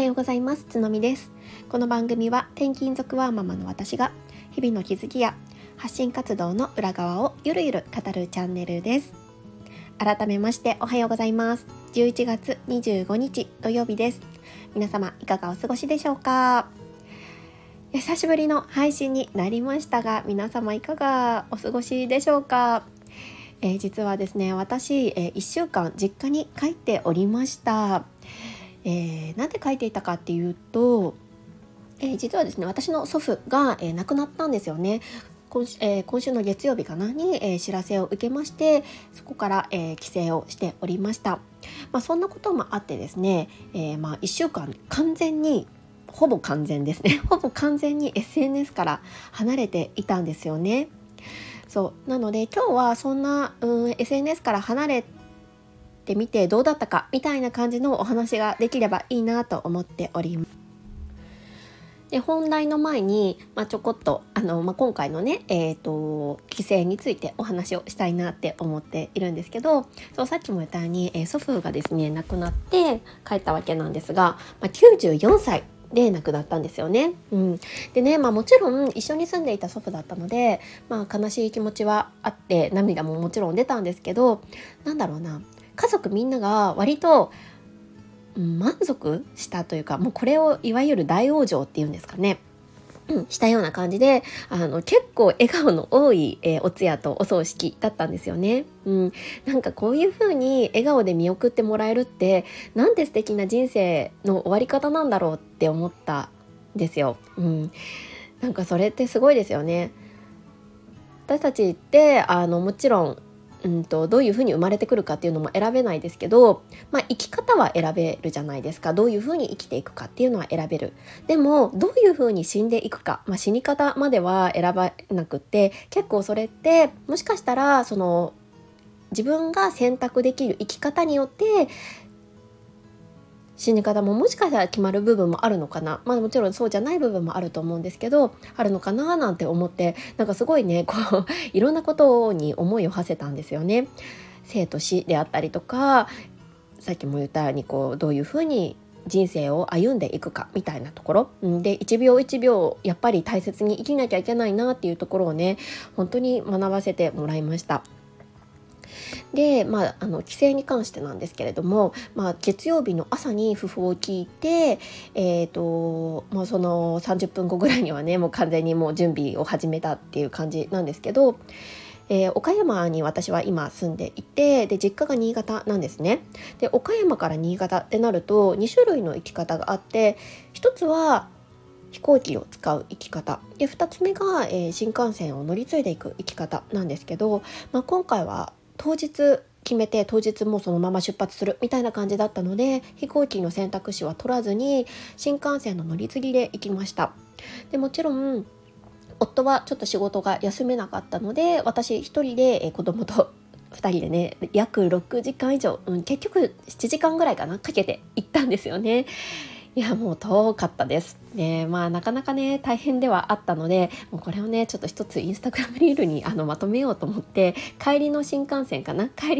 ようございます。つのみです。この番組は転勤族ワーママの私が日々の気づきや発信活動の裏側をゆるゆる語るチャンネルです。改めましておはようございます。11月25日土曜日です。皆様いかがお過ごしでしょうか。久しぶりの配信になりましたが、皆様いかがお過ごしでしょうか。実はですね、私、1週間実家に帰っておりました。なんで帰っていたかっていうと、実はですね、私の祖父が、亡くなったんですよね。今週の月曜日かなに、知らせを受けまして、そこから、帰省をしておりました。そんなこともあってですね、1週間ほぼ完全ですねほぼ完全に SNS から離れていたんですよね。そうなので今日はそんな、SNS から離れてみてどうだったかみたいな感じのお話ができればいいなと思っております。で、本題の前に、ちょこっと今回のね、帰省についてお話をしたいなって思っているんですけど、さっきも言ったように、祖父がですね亡くなって帰ったわけなんですが、94歳で亡くなったんですよね。でね、もちろん一緒に住んでいた祖父だったので、悲しい気持ちはあって涙ももちろん出たんですけど、家族みんなが割と満足したというか、もうこれをいわゆる大往生っていうんですかね、したような感じで、結構笑顔の多い、お通夜とお葬式だったんですよね。こういう風に笑顔で見送ってもらえるってなんて素敵な人生の終わり方なんだろうって思ったんですよ。それってすごいですよね。私たちってもちろんどういうふうに生まれてくるかっていうのも選べないですけど、生き方は選べるじゃないですか。どういうふうに生きていくかっていうのは選べる。でもどういうふうに死んでいくか、死に方までは選ばなくって、結構それってもしかしたら自分が選択できる生き方によって死に方ももしかしたら決まる部分もあるのかな。もちろんそうじゃない部分もあると思うんですけど、あるのかななんて思って、すごいねいろんなことに思いを馳せたんですよね。生と死であったりとか、さっきも言ったようにどういうふうに人生を歩んでいくかみたいなところで、一秒一秒やっぱり大切に生きなきゃいけないなっていうところをね、本当に学ばせてもらいました。で、帰省に関してなんですけれども、月曜日の朝に訃報を聞いて、その30分後ぐらいにはね、もう完全にもう準備を始めたっていう感じなんですけど、岡山に私は今住んでいて、で実家が新潟なんですね。で、岡山から新潟ってなると2種類の生き方があって、一つは飛行機を使う生き方で、2つ目が、新幹線を乗り継いでいく生き方なんですけど、今回は当日決めて当日もそのまま出発するみたいな感じだったので、飛行機の選択肢は取らずに新幹線の乗り継ぎで行きました。でもちろん夫はちょっと仕事が休めなかったので、私一人で子供と2人でね、約6時間以上、結局7時間ぐらいかなかけて行ったんですよね。いや、もう遠かったですね。なかなかね大変ではあったので、もうこれをねちょっと一つインスタグラムリールにまとめようと思って、帰りの新幹線の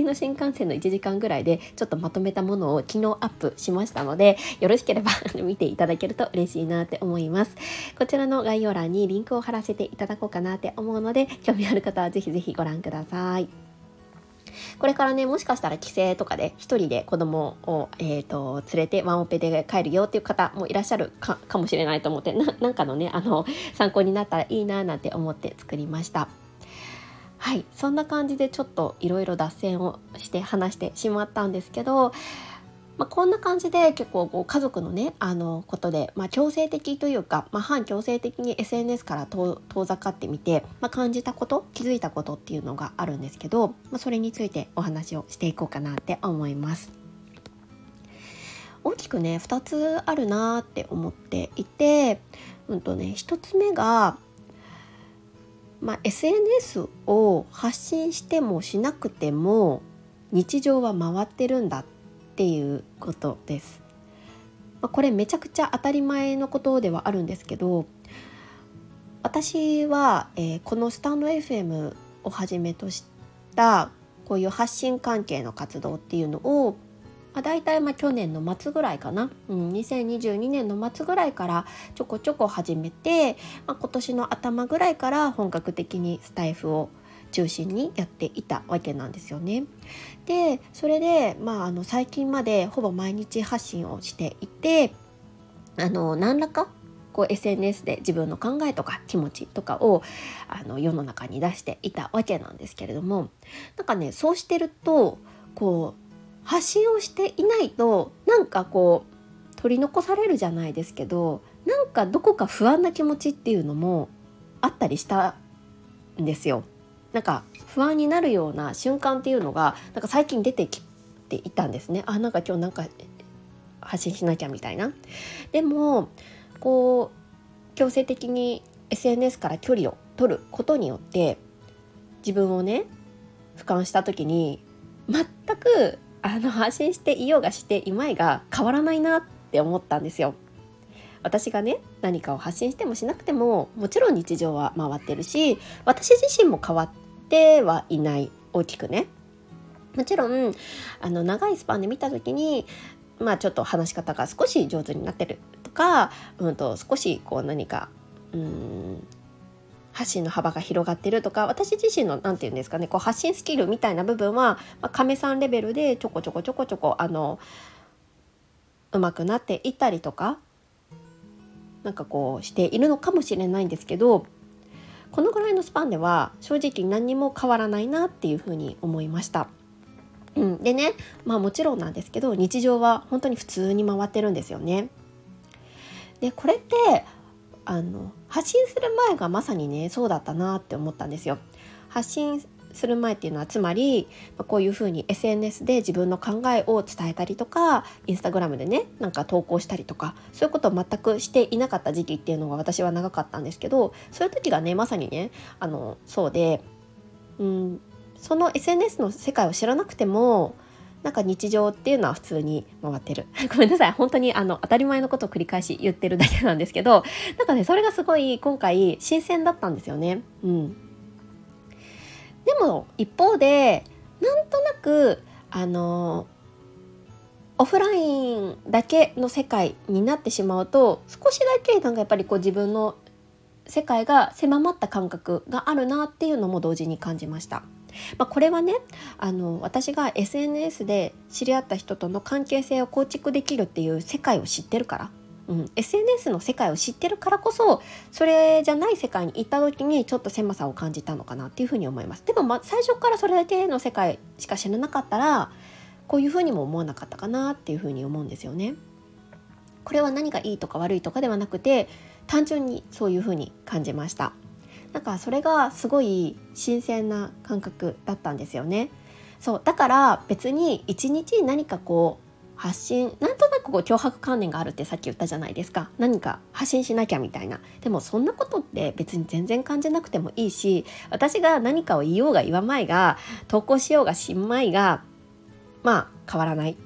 1時間ぐらいでちょっとまとめたものを昨日アップしましたので、よろしければ見ていただけると嬉しいなって思います。こちらの概要欄にリンクを貼らせていただこうかなって思うので、興味ある方はぜひぜひご覧ください。これからね、もしかしたら帰省とかで一人で子供を、連れてワンオペで帰るよっていう方もいらっしゃるかもしれないと思って、なんかのね参考になったらいいななんて思って作りました。はい、そんな感じでちょっといろいろ脱線をして話してしまったんですけど、こんな感じで結構家族のねことで、強制的というか、反強制的に SNS から遠ざかってみて、感じたこと気づいたことっていうのがあるんですけど、それについてお話をしていこうかなって思います。大きくね2つあるなって思っていて、1つ目が、SNS を発信してもしなくても日常は回ってるんだっていうことです。これめちゃくちゃ当たり前のことではあるんですけど、私は、このスタンド FM をはじめとしたこういう発信関係の活動っていうのを、 だいたい去年の末ぐらいかな、2022年の末ぐらいからちょこちょこ始めて、今年の頭ぐらいから本格的にスタイフを中心にやっていたわけなんですよね。でそれで、最近までほぼ毎日発信をしていて、何らかSNS で自分の考えとか気持ちとかを世の中に出していたわけなんですけれども、そうしてると発信をしていないと取り残されるじゃないですけど、どこか不安な気持ちっていうのもあったりしたんですよ。不安になるような瞬間っていうのが最近出てきていたんですね。今日発信しなきゃみたいな。でも強制的に SNS から距離を取ることによって自分をね俯瞰した時に全く発信していようがしていまいが変わらないなって思ったんですよ。私がね何かを発信してもしなくてももちろん日常は回ってるし、私自身も変わってはいない、大きくね。もちろん長いスパンで見た時にちょっと話し方が少し上手になってるとか、少し何か発信の幅が広がってるとか、私自身のなんていうんですかね、発信スキルみたいな部分は、亀さんレベルでちょこちょこ上手くなっていったりとかしているのかもしれないんですけど、このぐらいのスパンでは正直何にも変わらないなっていうふうに思いました。でね、もちろんなんですけど日常は本当に普通に回ってるんですよね。でこれって発信する前がまさにねそうだったなって思ったんですよ。発信する前っていうのはつまりこういうふうに SNS で自分の考えを伝えたりとか、インスタグラムでね投稿したりとか、そういうことを全くしていなかった時期っていうのが私は長かったんですけど、そういう時がねまさにねそうで、その SNS の世界を知らなくても日常っていうのは普通に回ってるごめんなさい、本当に当たり前のことを繰り返し言ってるだけなんですけど、それがすごい今回新鮮だったんですよね。でも一方でなんとなくオフラインだけの世界になってしまうと、少しだけやっぱり自分の世界が狭まった感覚があるなっていうのも同時に感じました。これはね私が SNS で知り合った人との関係性を構築できるっていう世界を知ってるから、SNS の世界を知ってるからこそ、それじゃない世界に行った時にちょっと狭さを感じたのかなっていうふうに思います。でも最初からそれだけの世界しか知らなかったらこういうふうにも思わなかったかなっていうふうに思うんですよね。これは何がいいとか悪いとかではなくて、単純にそういうふうに感じました。それがすごい新鮮な感覚だったんですよね。そうだから別に一日何か発信、なんとなく強迫観念があるってさっき言ったじゃないですか。何か発信しなきゃみたいな。でもそんなことって別に全然感じなくてもいいし、私が何かを言おうが言わまいが、投稿しようがしまいが変わらない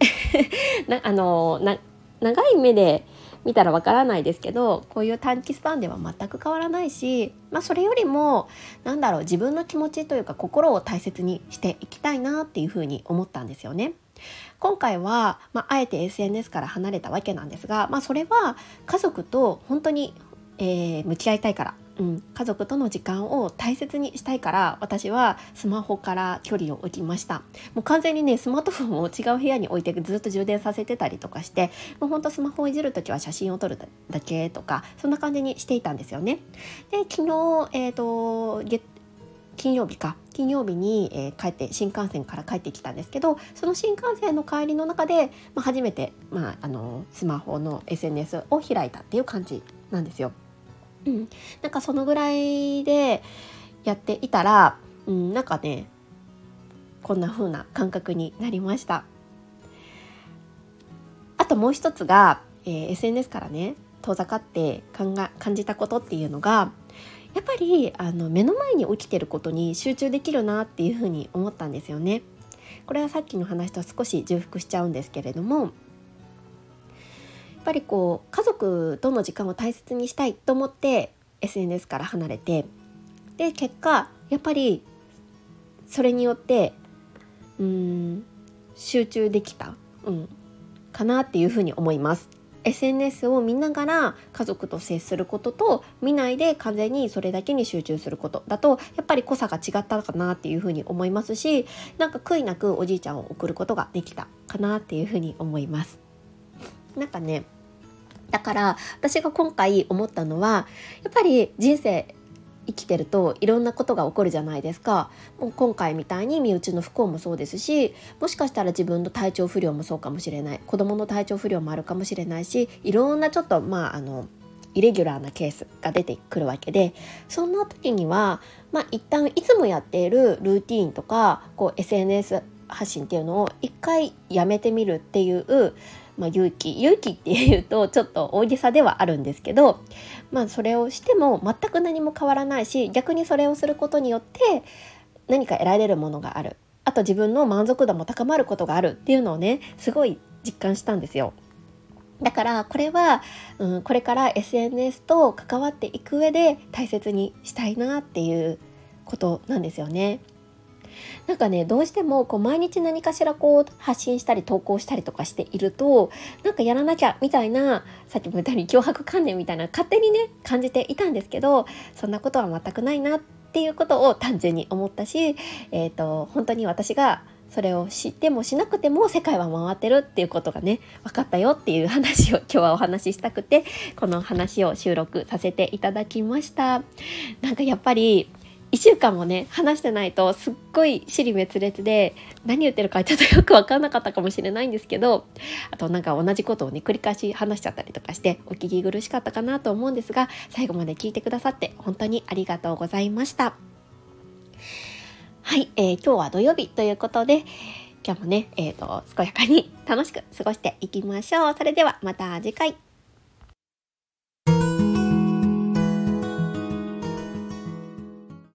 長い目で見たらわからないですけど、こういう短期スパンでは全く変わらないし、それよりも自分の気持ちというか心を大切にしていきたいなっていうふうに思ったんですよね。今回は、あえて SNS から離れたわけなんですが、それは家族と本当に、向き合いたいから、家族との時間を大切にしたいから、私はスマホから距離を置きました。もう完全にねスマートフォンを違う部屋に置いてずっと充電させてたりとかして、もうほんとスマホをいじるときは写真を撮るだけとか、そんな感じにしていたんですよね。で昨日、金曜日に、新幹線から帰ってきたんですけど、その新幹線の帰りの中で、初めて、スマホの SNS を開いたっていう感じなんですよ。そのぐらいでやっていたら、こんな風な感覚になりました。あともう一つが、SNS からね遠ざかって感じたことっていうのが、やっぱり目の前に起きてることに集中できるなっていう風に思ったんですよね。これはさっきの話と少し重複しちゃうんですけれども、やっぱり家族との時間を大切にしたいと思って SNS から離れて、で結果やっぱりそれによって集中できた、 かなっていうふうに思います。SNS を見ながら家族と接することと見ないで完全にそれだけに集中することだとやっぱり濃さが違ったかなっていうふうに思いますし、なんか悔いなくおじいちゃんを送ることができたかなっていうふうに思います。なんかね、だから私が今回思ったのは、やっぱり人生生きてるといろんなことが起こるじゃないですか。もう今回みたいに身内の不幸もそうですし、もしかしたら自分の体調不良もそうかもしれない、子供の体調不良もあるかもしれないし、いろんなちょっとイレギュラーなケースが出てくるわけで、そんな時には一旦いつもやっているルーティーンとかSNS 発信っていうのを一回やめてみるっていう勇気っていうとちょっと大げさではあるんですけど、それをしても全く何も変わらないし、逆にそれをすることによって何か得られるものがある、あと自分の満足度も高まることがあるっていうのをね、すごい実感したんですよ。だからこれは、これから SNS と関わっていく上で大切にしたいなっていうことなんですよね。なんかね、どうしても毎日何かしら発信したり投稿したりとかしていると、なんかやらなきゃみたいな、さっきも言ったように強迫観念みたいな勝手にね感じていたんですけど、そんなことは全くないなっていうことを単純に思ったし、本当に私がそれを知ってもしなくても世界は回ってるっていうことがね分かったよっていう話を今日はお話ししたくて、この話を収録させていただきました。なんかやっぱり1週間もね話してないとすっごい支離滅裂で何言ってるかちょっとよく分かんなかったかもしれないんですけど、あとなんか同じことをね繰り返し話しちゃったりとかしてお聞き苦しかったかなと思うんですが、最後まで聞いてくださって本当にありがとうございました。はい、今日は土曜日ということで、今日もね、健やかに楽しく過ごしていきましょう。それではまた次回。